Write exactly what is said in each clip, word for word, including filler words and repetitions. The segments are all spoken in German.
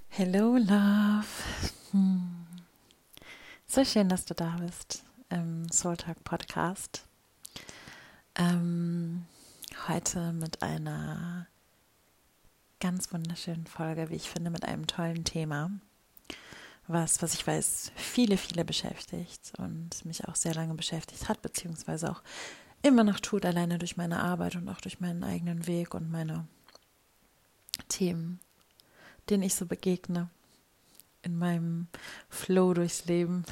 Hello, Love. Hm. So schön, dass du da bist im Soul Talk Podcast. Ähm, heute mit einer ganz wunderschönen Folge, wie ich finde, mit einem tollen Thema. Was, was ich weiß, viele, viele beschäftigt und mich auch sehr lange beschäftigt hat, beziehungsweise auch immer noch tut, alleine durch meine Arbeit und auch durch meinen eigenen Weg und meine Themen, denen ich so begegne in meinem Flow durchs Leben.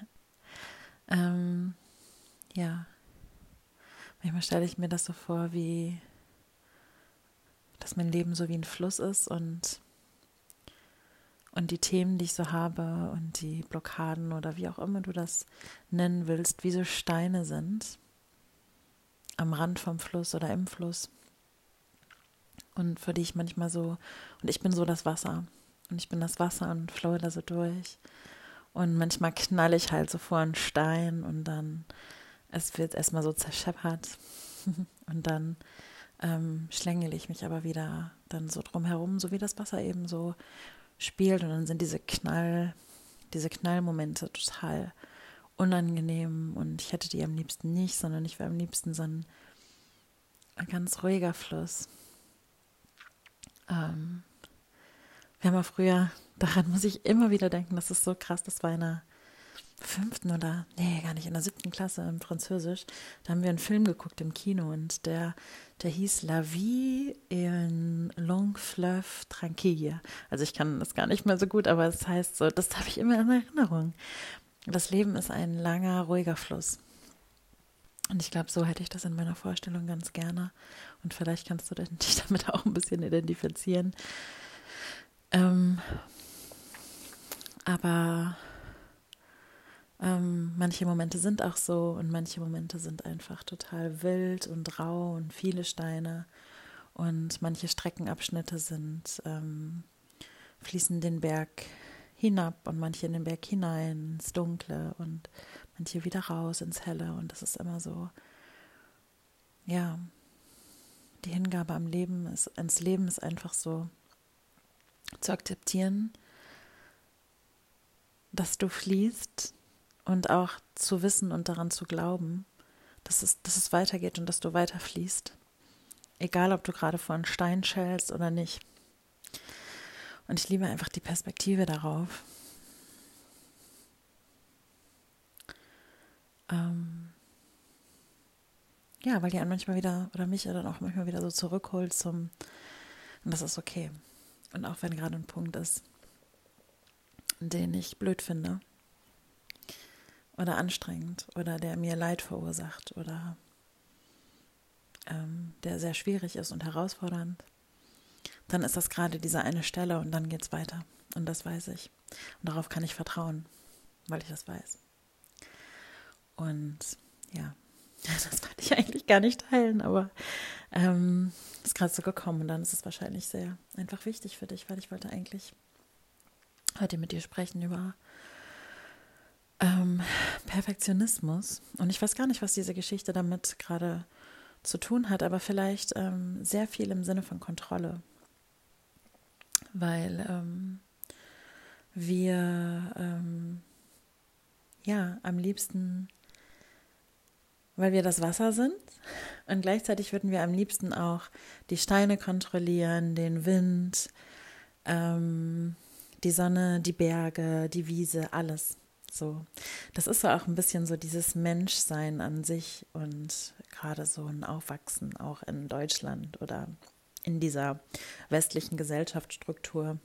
ähm, ja, manchmal stelle ich mir das so vor, wie, dass mein Leben so wie ein Fluss ist und, und die Themen, die ich so habe und die Blockaden oder wie auch immer du das nennen willst, wie so Steine sind am Rand vom Fluss oder im Fluss und für die ich manchmal so, und ich bin so das Wasser und ich bin das Wasser und flowe da so durch und manchmal knall ich halt so vor einen Stein und dann, es wird erstmal so zerscheppert und dann ähm, schlängel ich mich aber wieder dann so drumherum, so wie das Wasser eben so spielt und dann sind diese Knall, diese Knallmomente total unangenehm und ich hätte die am liebsten nicht, sondern ich wäre am liebsten so ein, ein ganz ruhiger Fluss. Ähm, wir haben ja früher, daran muss ich immer wieder denken, das ist so krass, das war in der fünften oder, nee, gar nicht, in der siebten Klasse im Französisch, da haben wir einen Film geguckt im Kino und der, der hieß La vie en long fleuve tranquille. Also ich kann das gar nicht mehr so gut, aber es heißt so, das habe ich immer in Erinnerung. Das Leben ist ein langer, ruhiger Fluss. Und ich glaube, so hätte ich das in meiner Vorstellung ganz gerne. Und vielleicht kannst du dich damit auch ein bisschen identifizieren. Ähm, aber Ähm, manche Momente sind auch so und manche Momente sind einfach total wild und rau und viele Steine und manche Streckenabschnitte sind, ähm, fließen den Berg hinab und manche in den Berg hinein ins Dunkle und manche wieder raus ins Helle und das ist immer so, ja, die Hingabe am Leben ist, ans Leben ist einfach so zu akzeptieren, dass du fließt und auch zu wissen und daran zu glauben, dass es, dass es weitergeht und dass du weiter fließt. Egal, ob du gerade vor einen Stein schellst oder nicht. Und ich liebe einfach die Perspektive darauf. Ähm, ja, weil die einen manchmal wieder, oder mich dann auch manchmal wieder so zurückholt zum, und das ist okay. Und auch wenn gerade ein Punkt ist, den ich blöd finde oder anstrengend oder der mir Leid verursacht oder ähm, der sehr schwierig ist und herausfordernd, dann ist das gerade diese eine Stelle und dann geht's weiter. Und das weiß ich. Und darauf kann ich vertrauen, weil ich das weiß. Und ja, das wollte ich eigentlich gar nicht teilen, aber ähm, ist gerade so gekommen und dann ist es wahrscheinlich sehr einfach wichtig für dich, weil ich wollte eigentlich heute mit dir sprechen über ähm, Perfektionismus. Und ich weiß gar nicht, was diese Geschichte damit gerade zu tun hat, aber vielleicht ähm, sehr viel im Sinne von Kontrolle. Weil ähm, wir ähm, ja am liebsten, weil wir das Wasser sind und gleichzeitig würden wir am liebsten auch die Steine kontrollieren, den Wind, ähm, die Sonne, die Berge, die Wiese, alles. So, das ist so auch ein bisschen so dieses Menschsein an sich und gerade so ein Aufwachsen auch in Deutschland oder in dieser westlichen Gesellschaftsstruktur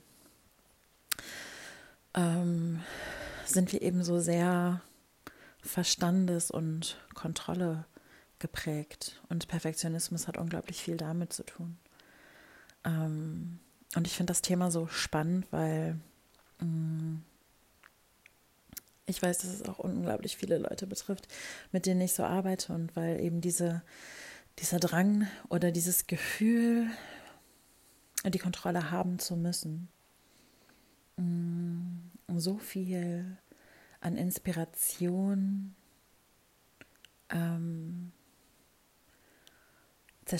ähm, sind wir eben so sehr Verstandes- und Kontrolle geprägt. Und Perfektionismus hat unglaublich viel damit zu tun. Ähm, und ich finde das Thema so spannend, weil mh, ich weiß, dass es auch unglaublich viele Leute betrifft, mit denen ich so arbeite und weil eben diese, dieser Drang oder dieses Gefühl, die Kontrolle haben zu müssen, mh, so viel an Inspiration ähm,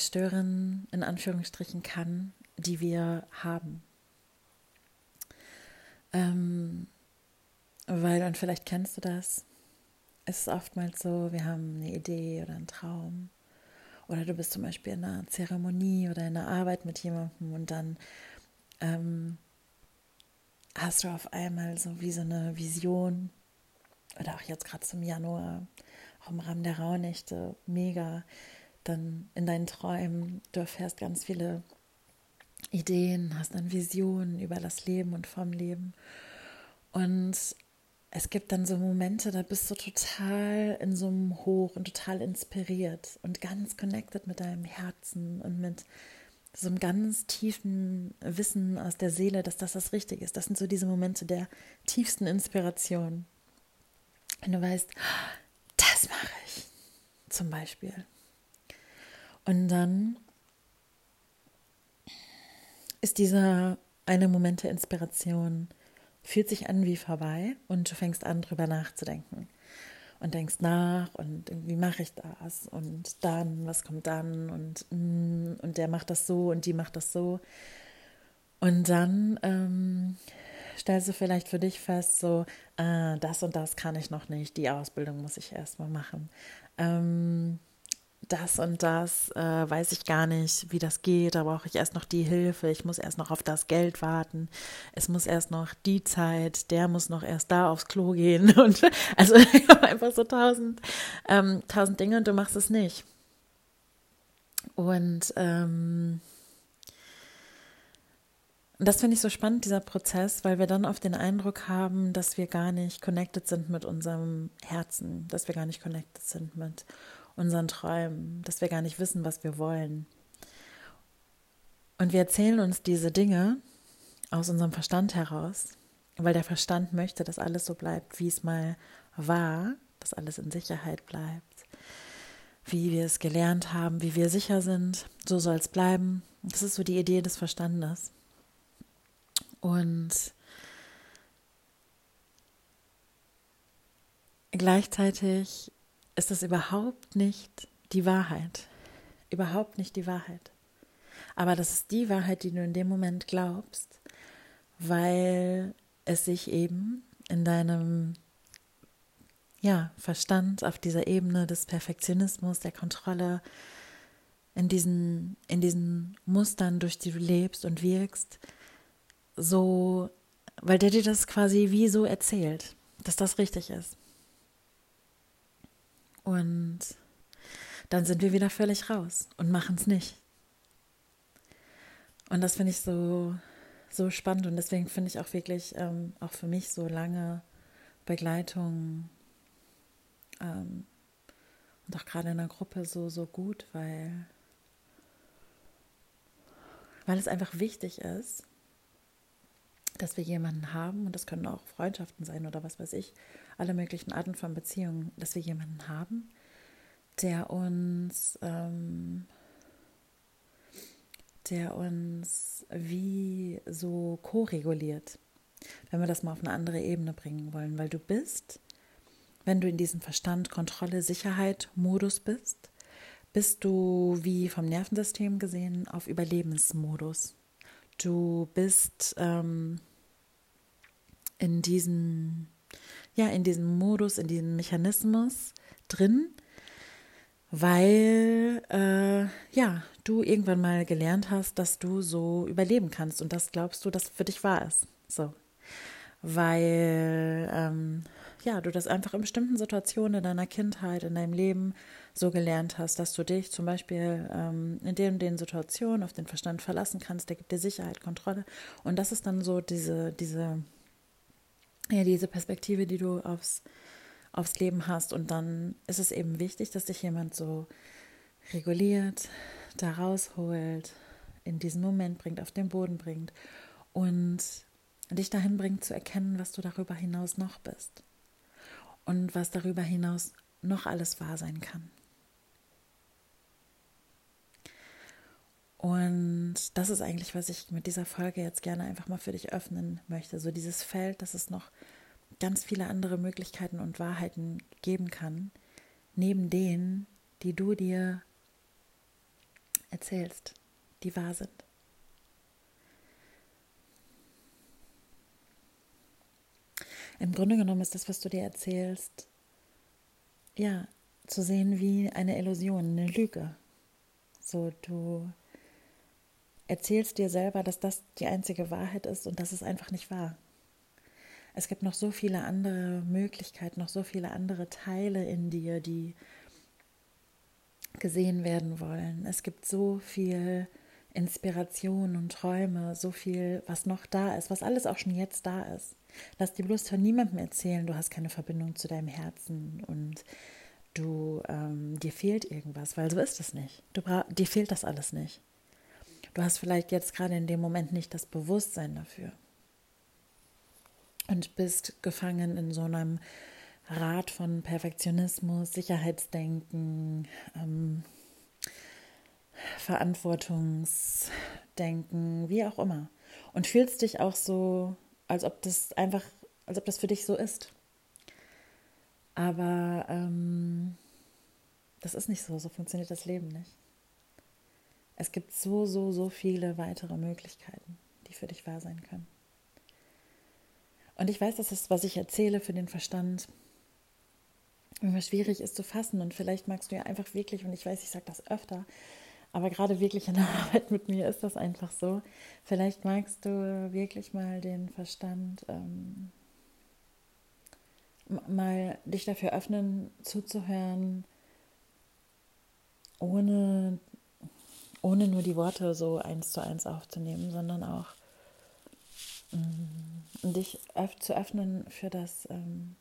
zerstören, in Anführungsstrichen kann, die wir haben. Ähm, weil, und vielleicht kennst du das, es ist oftmals so, wir haben eine Idee oder einen Traum oder du bist zum Beispiel in einer Zeremonie oder in einer Arbeit mit jemandem und dann ähm, hast du auf einmal so wie so eine Vision oder auch jetzt gerade zum Januar, auch im Rahmen der Rauhnächte, mega, dann in deinen Träumen, du erfährst ganz viele Ideen, hast dann Visionen über das Leben und vom Leben und es gibt dann so Momente, da bist du total in so einem Hoch und total inspiriert und ganz connected mit deinem Herzen und mit so einem ganz tiefen Wissen aus der Seele, dass das das Richtige ist. Das sind so diese Momente der tiefsten Inspiration. Wenn du weißt, das mache ich zum Beispiel. Und dann ist dieser eine Moment der Inspiration, fühlt sich an wie vorbei und du fängst an, drüber nachzudenken. Und denkst nach und wie mache ich das und dann, was kommt dann und, und der macht das so und die macht das so. Und dann ähm, stellst du vielleicht für dich fest, so, ah, das und das kann ich noch nicht, die Ausbildung muss ich erstmal machen. Ähm, das und das äh, weiß ich gar nicht, wie das geht, da brauche ich erst noch die Hilfe, ich muss erst noch auf das Geld warten, es muss erst noch die Zeit, der muss noch erst da aufs Klo gehen und also einfach so tausend, ähm, tausend Dinge und du machst es nicht. Und ähm, das finde ich so spannend, dieser Prozess, weil wir dann oft den Eindruck haben, dass wir gar nicht connected sind mit unserem Herzen, dass wir gar nicht connected sind mit unseren Träumen, dass wir gar nicht wissen, was wir wollen. Und wir erzählen uns diese Dinge aus unserem Verstand heraus, weil der Verstand möchte, dass alles so bleibt, wie es mal war, dass alles in Sicherheit bleibt, wie wir es gelernt haben, wie wir sicher sind, so soll es bleiben. Das ist so die Idee des Verstandes. Und gleichzeitig ist das überhaupt nicht die Wahrheit. Überhaupt nicht die Wahrheit. Aber das ist die Wahrheit, die du in dem Moment glaubst, weil es sich eben in deinem ja, Verstand auf dieser Ebene des Perfektionismus, der Kontrolle, in diesen, in diesen Mustern, durch die du lebst und wirkst, so, weil der dir das quasi wie so erzählt, dass das richtig ist. Und dann sind wir wieder völlig raus und machen es nicht. Und das finde ich so, so spannend und deswegen finde ich auch wirklich, ähm, auch für mich so lange Begleitung ähm, und auch gerade in der Gruppe so, so gut, weil, weil es einfach wichtig ist, dass wir jemanden haben, und das können auch Freundschaften sein oder was weiß ich, alle möglichen Arten von Beziehungen, dass wir jemanden haben, der uns, ähm, der uns wie so ko-reguliert, wenn wir das mal auf eine andere Ebene bringen wollen, weil du bist, wenn du in diesem Verstand, Kontrolle, Sicherheit, Modus bist, bist du wie vom Nervensystem gesehen auf Überlebensmodus. Du bist ähm, in diesem, ja, in diesem Modus, in diesem Mechanismus drin, weil äh, ja, du irgendwann mal gelernt hast, dass du so überleben kannst und das glaubst du, dass für dich wahr ist. So. Weil ähm, ja, du das einfach in bestimmten Situationen in deiner Kindheit, in deinem Leben so gelernt hast, dass du dich zum Beispiel ähm, in den und den Situationen auf den Verstand verlassen kannst, der gibt dir Sicherheit, Kontrolle und das ist dann so diese, diese, ja, diese Perspektive, die du aufs, aufs Leben hast und dann ist es eben wichtig, dass dich jemand so reguliert, da rausholt, in diesen Moment bringt, auf den Boden bringt und dich dahin bringt zu erkennen, was du darüber hinaus noch bist und was darüber hinaus noch alles wahr sein kann. Und das ist eigentlich, was ich mit dieser Folge jetzt gerne einfach mal für dich öffnen möchte. So dieses Feld, dass es noch ganz viele andere Möglichkeiten und Wahrheiten geben kann, neben denen, die du dir erzählst, die wahr sind. Im Grunde genommen ist das, was du dir erzählst, ja, zu sehen wie eine Illusion, eine Lüge. So, du erzählst dir selber, dass das die einzige Wahrheit ist und das ist einfach nicht wahr. Es gibt noch so viele andere Möglichkeiten, noch so viele andere Teile in dir, die gesehen werden wollen. Es gibt so viel Inspiration und Träume, so viel, was noch da ist, was alles auch schon jetzt da ist. Lass dir bloß von niemandem erzählen, du hast keine Verbindung zu deinem Herzen und du, ähm, dir fehlt irgendwas, weil so ist es nicht. Du bra- dir fehlt das alles nicht. Du hast vielleicht jetzt gerade in dem Moment nicht das Bewusstsein dafür und bist gefangen in so einem Rad von Perfektionismus, Sicherheitsdenken, ähm, Verantwortungsdenken, wie auch immer. Und fühlst dich auch so, als ob das einfach, als ob das für dich so ist. Aber ähm, das ist nicht so, so funktioniert das Leben nicht. Es gibt so, so, so viele weitere Möglichkeiten, die für dich wahr sein können. Und ich weiß, dass das, was ich erzähle, für den Verstand immer schwierig ist zu fassen. Und vielleicht magst du ja einfach wirklich, und ich weiß, ich sage das öfter, aber gerade wirklich in der Arbeit mit mir ist das einfach so, vielleicht magst du wirklich mal den Verstand ähm, mal dich dafür öffnen, zuzuhören, ohne, ohne nur die Worte so eins zu eins aufzunehmen, sondern auch mh, dich öff- zu öffnen für das, ähm,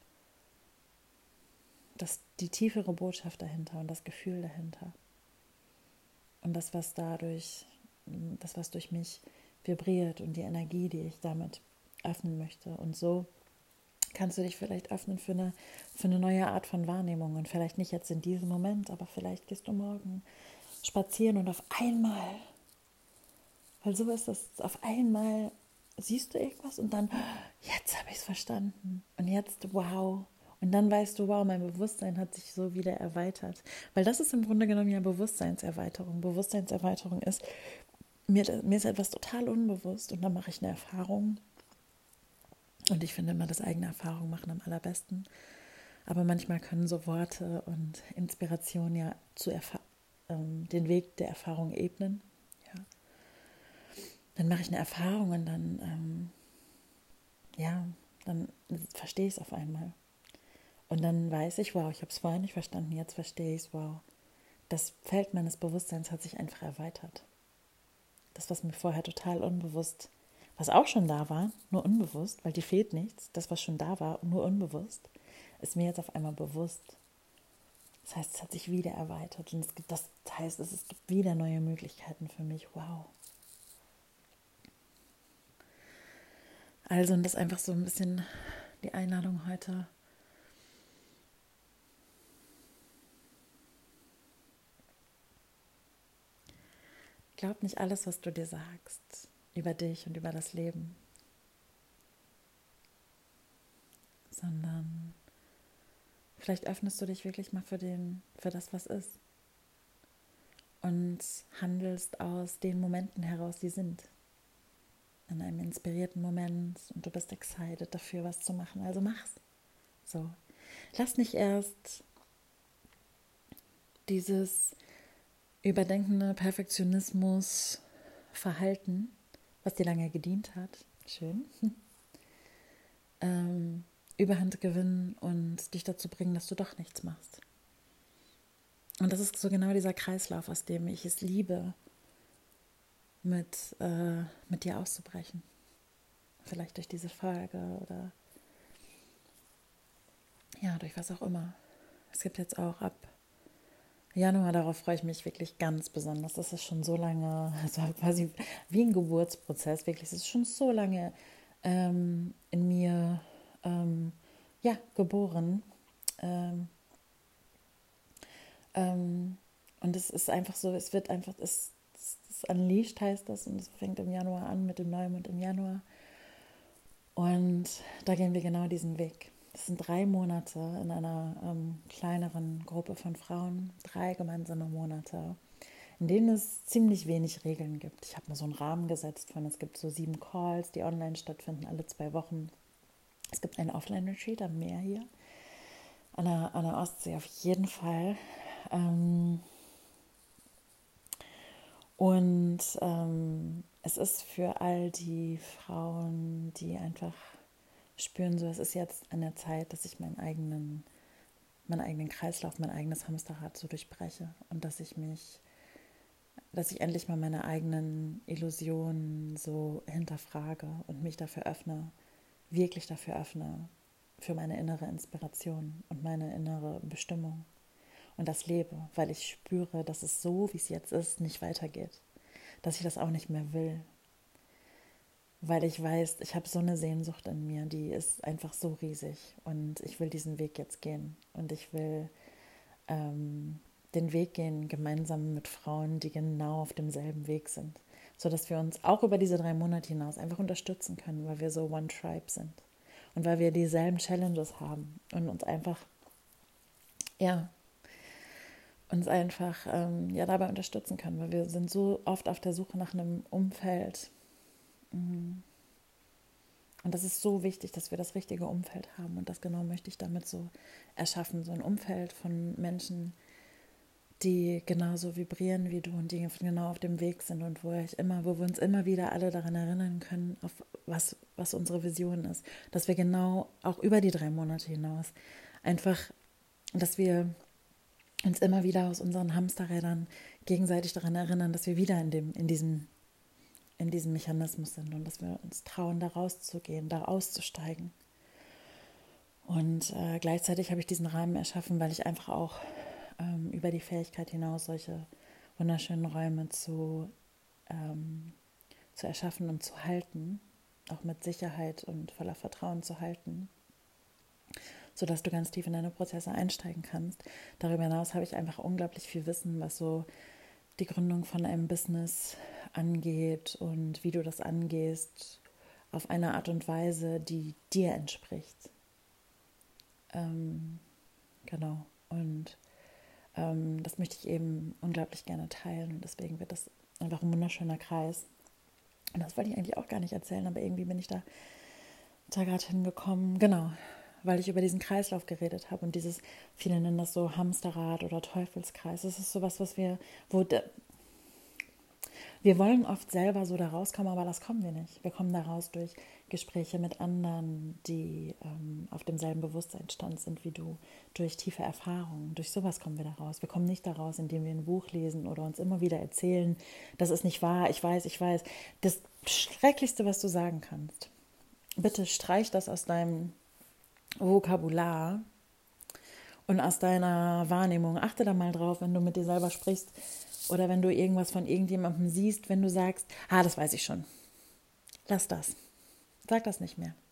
das, die tiefere Botschaft dahinter und das Gefühl dahinter. Und das, was dadurch, das, was durch mich vibriert und die Energie, die ich damit öffnen möchte. Und so kannst du dich vielleicht öffnen für eine, für eine neue Art von Wahrnehmung. Und vielleicht nicht jetzt in diesem Moment, aber vielleicht gehst du morgen spazieren und auf einmal, weil so ist es, auf einmal siehst du irgendwas und dann, jetzt habe ich es verstanden. Und jetzt, wow. Und dann weißt du, wow, mein Bewusstsein hat sich so wieder erweitert. Weil das ist im Grunde genommen ja Bewusstseinserweiterung. Bewusstseinserweiterung ist, mir, mir ist etwas total unbewusst und dann mache ich eine Erfahrung. Und ich finde immer, das eigene Erfahrung machen am allerbesten. Aber manchmal können so Worte und Inspiration ja zu erfa- ähm, den Weg der Erfahrung ebnen. Ja. Dann mache ich eine Erfahrung und dann, ähm, ja, dann verstehe ich es auf einmal. Und dann weiß ich, wow, ich habe es vorher nicht verstanden, jetzt verstehe ich es, wow. Das Feld meines Bewusstseins hat sich einfach erweitert. Das, was mir vorher total unbewusst, was auch schon da war, nur unbewusst, weil dir fehlt nichts, das, was schon da war, nur unbewusst, ist mir jetzt auf einmal bewusst. Das heißt, es hat sich wieder erweitert und es gibt, das heißt, es gibt wieder neue Möglichkeiten für mich. Wow. Also, und das ist einfach so ein bisschen die Einladung heute. Glaub nicht alles, was du dir sagst über dich und über das Leben, sondern vielleicht öffnest du dich wirklich mal für, den, für das, was ist und handelst aus den Momenten heraus, die sind. In einem inspirierten Moment und du bist excited dafür, was zu machen, also mach's. So. Lass nicht erst dieses überdenkende Perfektionismus Verhalten, was dir lange gedient hat, schön, ähm, Überhand gewinnen und dich dazu bringen, dass du doch nichts machst. Und das ist so genau dieser Kreislauf, aus dem ich es liebe, mit, äh, mit dir auszubrechen. Vielleicht durch diese Folge oder ja, durch was auch immer. Es gibt jetzt auch ab Januar, darauf freue ich mich wirklich ganz besonders. Das ist schon so lange, also quasi wie ein Geburtsprozess, wirklich. Es ist schon so lange ähm, in mir ähm, ja, geboren. Ähm, ähm, und es ist einfach so, es wird einfach, es, es, es unleashed heißt das und es fängt im Januar an mit dem Neumond im Januar. Und da gehen wir genau diesen Weg. Das sind drei Monate in einer ähm, kleineren Gruppe von Frauen, drei gemeinsame Monate, in denen es ziemlich wenig Regeln gibt. Ich habe mir so einen Rahmen gesetzt von, es gibt so sieben Calls, die online stattfinden, alle zwei Wochen. Es gibt einen Offline-Retreat am Meer hier, an der, an der Ostsee auf jeden Fall. Ähm, und ähm, es ist für all die Frauen, die einfach spüren, so es ist jetzt an der Zeit, dass ich meinen eigenen, meinen eigenen Kreislauf, mein eigenes Hamsterrad so durchbreche und dass ich mich, dass ich endlich mal meine eigenen Illusionen so hinterfrage und mich dafür öffne, wirklich dafür öffne, für meine innere Inspiration und meine innere Bestimmung und das lebe, weil ich spüre, dass es so, wie es jetzt ist, nicht weitergeht, dass ich das auch nicht mehr will, weil ich weiß, ich habe so eine Sehnsucht in mir, die ist einfach so riesig und ich will diesen Weg jetzt gehen und ich will ähm, den Weg gehen gemeinsam mit Frauen, die genau auf demselben Weg sind, sodass wir uns auch über diese drei Monate hinaus einfach unterstützen können, weil wir so One Tribe sind und weil wir dieselben Challenges haben und uns einfach, ja, uns einfach ähm, ja, dabei unterstützen können, weil wir sind so oft auf der Suche nach einem Umfeld. Und das ist so wichtig, dass wir das richtige Umfeld haben. Und das genau möchte ich damit so erschaffen. So ein Umfeld von Menschen, die genauso vibrieren wie du und die genau auf dem Weg sind und wo ich immer, wo wir uns immer wieder alle daran erinnern können, auf was, was unsere Vision ist. Dass wir genau auch über die drei Monate hinaus einfach, dass wir uns immer wieder aus unseren Hamsterrädern gegenseitig daran erinnern, dass wir wieder in dem, in diesem, in diesem Mechanismus sind und dass wir uns trauen, da rauszugehen, da auszusteigen. Und äh, gleichzeitig habe ich diesen Rahmen erschaffen, weil ich einfach auch ähm, über die Fähigkeit hinaus solche wunderschönen Räume zu, ähm, zu erschaffen und zu halten, auch mit Sicherheit und voller Vertrauen zu halten, sodass du ganz tief in deine Prozesse einsteigen kannst. Darüber hinaus habe ich einfach unglaublich viel Wissen, was so die Gründung von einem Business angeht und wie du das angehst, auf eine Art und Weise, die dir entspricht. Ähm, genau. Und ähm, das möchte ich eben unglaublich gerne teilen und deswegen wird das einfach ein wunderschöner Kreis. Und das wollte ich eigentlich auch gar nicht erzählen, aber irgendwie bin ich da, da gerade hingekommen. Genau, weil ich über diesen Kreislauf geredet habe und dieses, viele nennen das so Hamsterrad oder Teufelskreis. Das ist sowas, was wir, wo de, wir wollen oft selber so da rauskommen, aber das kommen wir nicht. Wir kommen da raus durch Gespräche mit anderen, die ähm, auf demselben Bewusstseinsstand sind wie du, durch tiefe Erfahrungen. Durch sowas kommen wir da raus. Wir kommen nicht da raus, indem wir ein Buch lesen oder uns immer wieder erzählen, das ist nicht wahr, ich weiß, ich weiß. Das Schrecklichste, was du sagen kannst, bitte streich das aus deinem Vokabular und aus deiner Wahrnehmung. Achte da mal drauf, wenn du mit dir selber sprichst oder wenn du irgendwas von irgendjemandem siehst, wenn du sagst, ah, das weiß ich schon. Lass das. Sag das nicht mehr.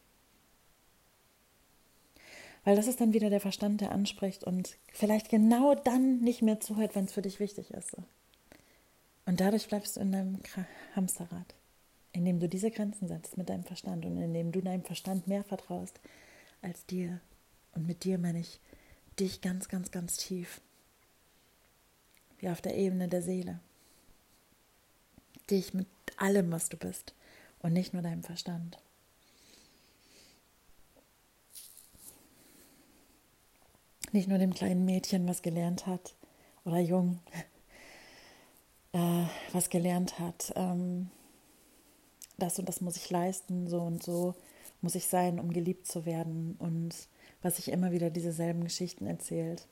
Weil das ist dann wieder der Verstand, der anspricht und vielleicht genau dann nicht mehr zuhört, wenn es für dich wichtig ist. Und dadurch bleibst du in deinem Hamsterrad, indem du diese Grenzen setzt mit deinem Verstand und indem du deinem Verstand mehr vertraust als dir. Und mit dir meine ich dich ganz, ganz, ganz tief. Wie auf der Ebene der Seele. Dich mit allem, was du bist. Und nicht nur deinem Verstand. Nicht nur dem kleinen Mädchen, was gelernt hat, oder jung, äh, was gelernt hat, ähm, das und das muss ich leisten, so und so muss ich sein, um geliebt zu werden. Und was sich immer wieder dieselben Geschichten erzählt,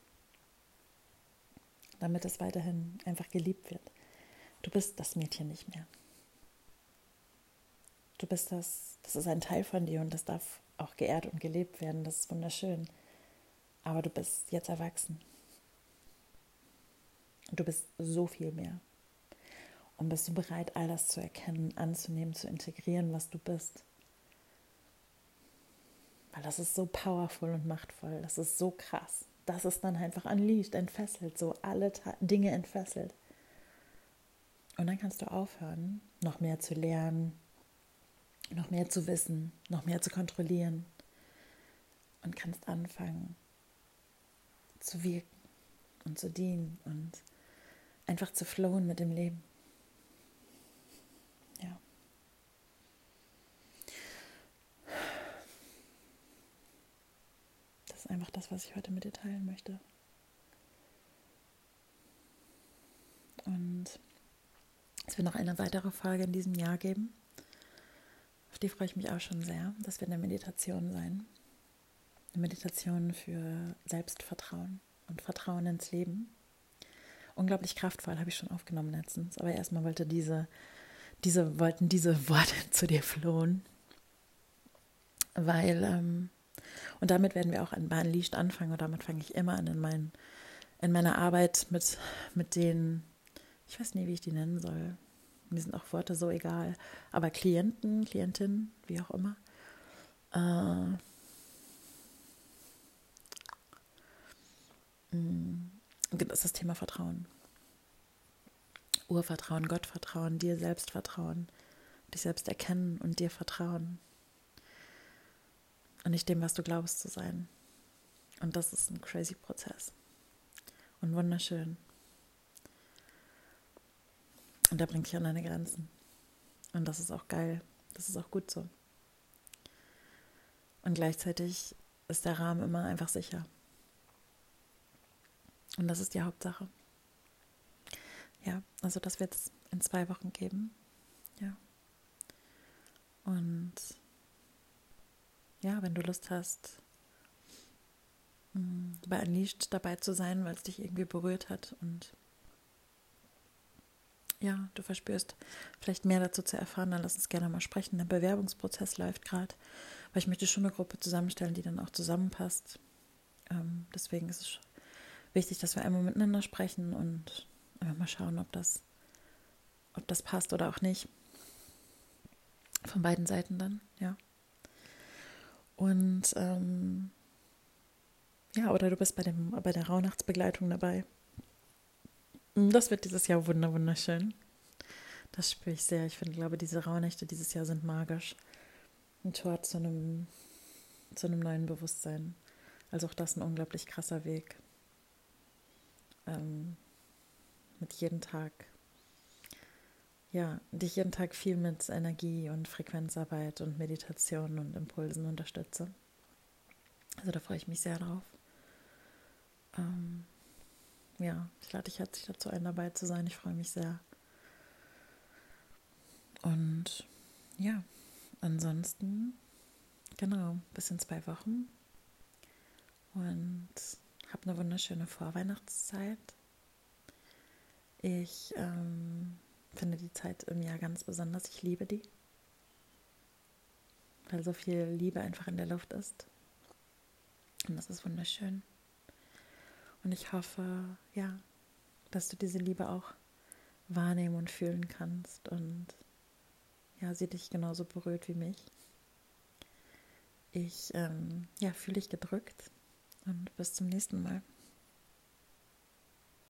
damit es weiterhin einfach geliebt wird. Du bist das Mädchen nicht mehr. Du bist das, das ist ein Teil von dir und das darf auch geehrt und gelebt werden, das ist wunderschön. Aber du bist jetzt erwachsen. Und du bist so viel mehr. Und bist du bereit, all das zu erkennen, anzunehmen, zu integrieren, was du bist? Weil das ist so powerful und machtvoll, das ist so krass. Das ist dann einfach unleashed, entfesselt, so alle Ta- Dinge entfesselt. Und dann kannst du aufhören, noch mehr zu lernen, noch mehr zu wissen, noch mehr zu kontrollieren und kannst anfangen zu wirken und zu dienen und einfach zu flowen mit dem Leben. Ja. auch das, was ich heute mit dir teilen möchte. Und es wird noch eine weitere Folge in diesem Jahr geben. Auf die freue ich mich auch schon sehr. Das wird eine Meditation sein. Eine Meditation für Selbstvertrauen und Vertrauen ins Leben. Unglaublich kraftvoll, habe ich schon aufgenommen letztens. Aber erstmal wollte diese, diese, wollten diese Worte zu dir flohen. Weil, ähm, und damit werden wir auch an Unleashed anfangen. Und damit fange ich immer an in, mein, in meiner Arbeit mit, mit den, ich weiß nie, wie ich die nennen soll. Mir sind auch Worte so egal. Aber Klienten, Klientinnen, wie auch immer. Äh, Das ist das Thema Vertrauen. Urvertrauen, Gottvertrauen, dir selbst vertrauen, dich selbst erkennen und dir vertrauen. Und nicht dem, was du glaubst zu sein. Und das ist ein crazy Prozess. Und wunderschön. Und da bringt dich an deine Grenzen. Und das ist auch geil. Das ist auch gut so. Und gleichzeitig ist der Rahmen immer einfach sicher. Und das ist die Hauptsache. Ja, also das wird es in zwei Wochen geben. Ja. Und ja, wenn du Lust hast, bei Unleashed dabei zu sein, weil es dich irgendwie berührt hat und ja, du verspürst, vielleicht mehr dazu zu erfahren, dann lass uns gerne mal sprechen. Der Bewerbungsprozess läuft gerade, weil ich möchte schon eine Gruppe zusammenstellen, die dann auch zusammenpasst. Ähm, deswegen ist es wichtig, dass wir einmal miteinander sprechen und einfach mal schauen, ob das, ob das passt oder auch nicht. Von beiden Seiten dann, ja. Und ähm, ja, oder du bist bei, dem, bei der Rauhnachtsbegleitung dabei. Das wird dieses Jahr wunder, wunderschön. Das spüre ich sehr. Ich finde, glaube, diese Rauhnächte dieses Jahr sind magisch. Ein Tor zu einem, zu einem neuen Bewusstsein. Also auch das ein unglaublich krasser Weg. Ähm, mit jedem Tag, ja, dich jeden Tag viel mit Energie und Frequenzarbeit und Meditation und Impulsen unterstütze. Also da freue ich mich sehr drauf. Ähm, ja, ich lade dich herzlich dazu ein, dabei zu sein. Ich freue mich sehr. Und ja, ansonsten, genau, bis in zwei Wochen. Und habe eine wunderschöne Vorweihnachtszeit. Ich ähm, finde die Zeit im Jahr ganz besonders. Ich liebe die, weil so viel Liebe einfach in der Luft ist. Und das ist wunderschön. Und ich hoffe, ja, dass du diese Liebe auch wahrnehmen und fühlen kannst und ja, sie dich genauso berührt wie mich. Ich ähm, ja, fühle dich gedrückt und bis zum nächsten Mal.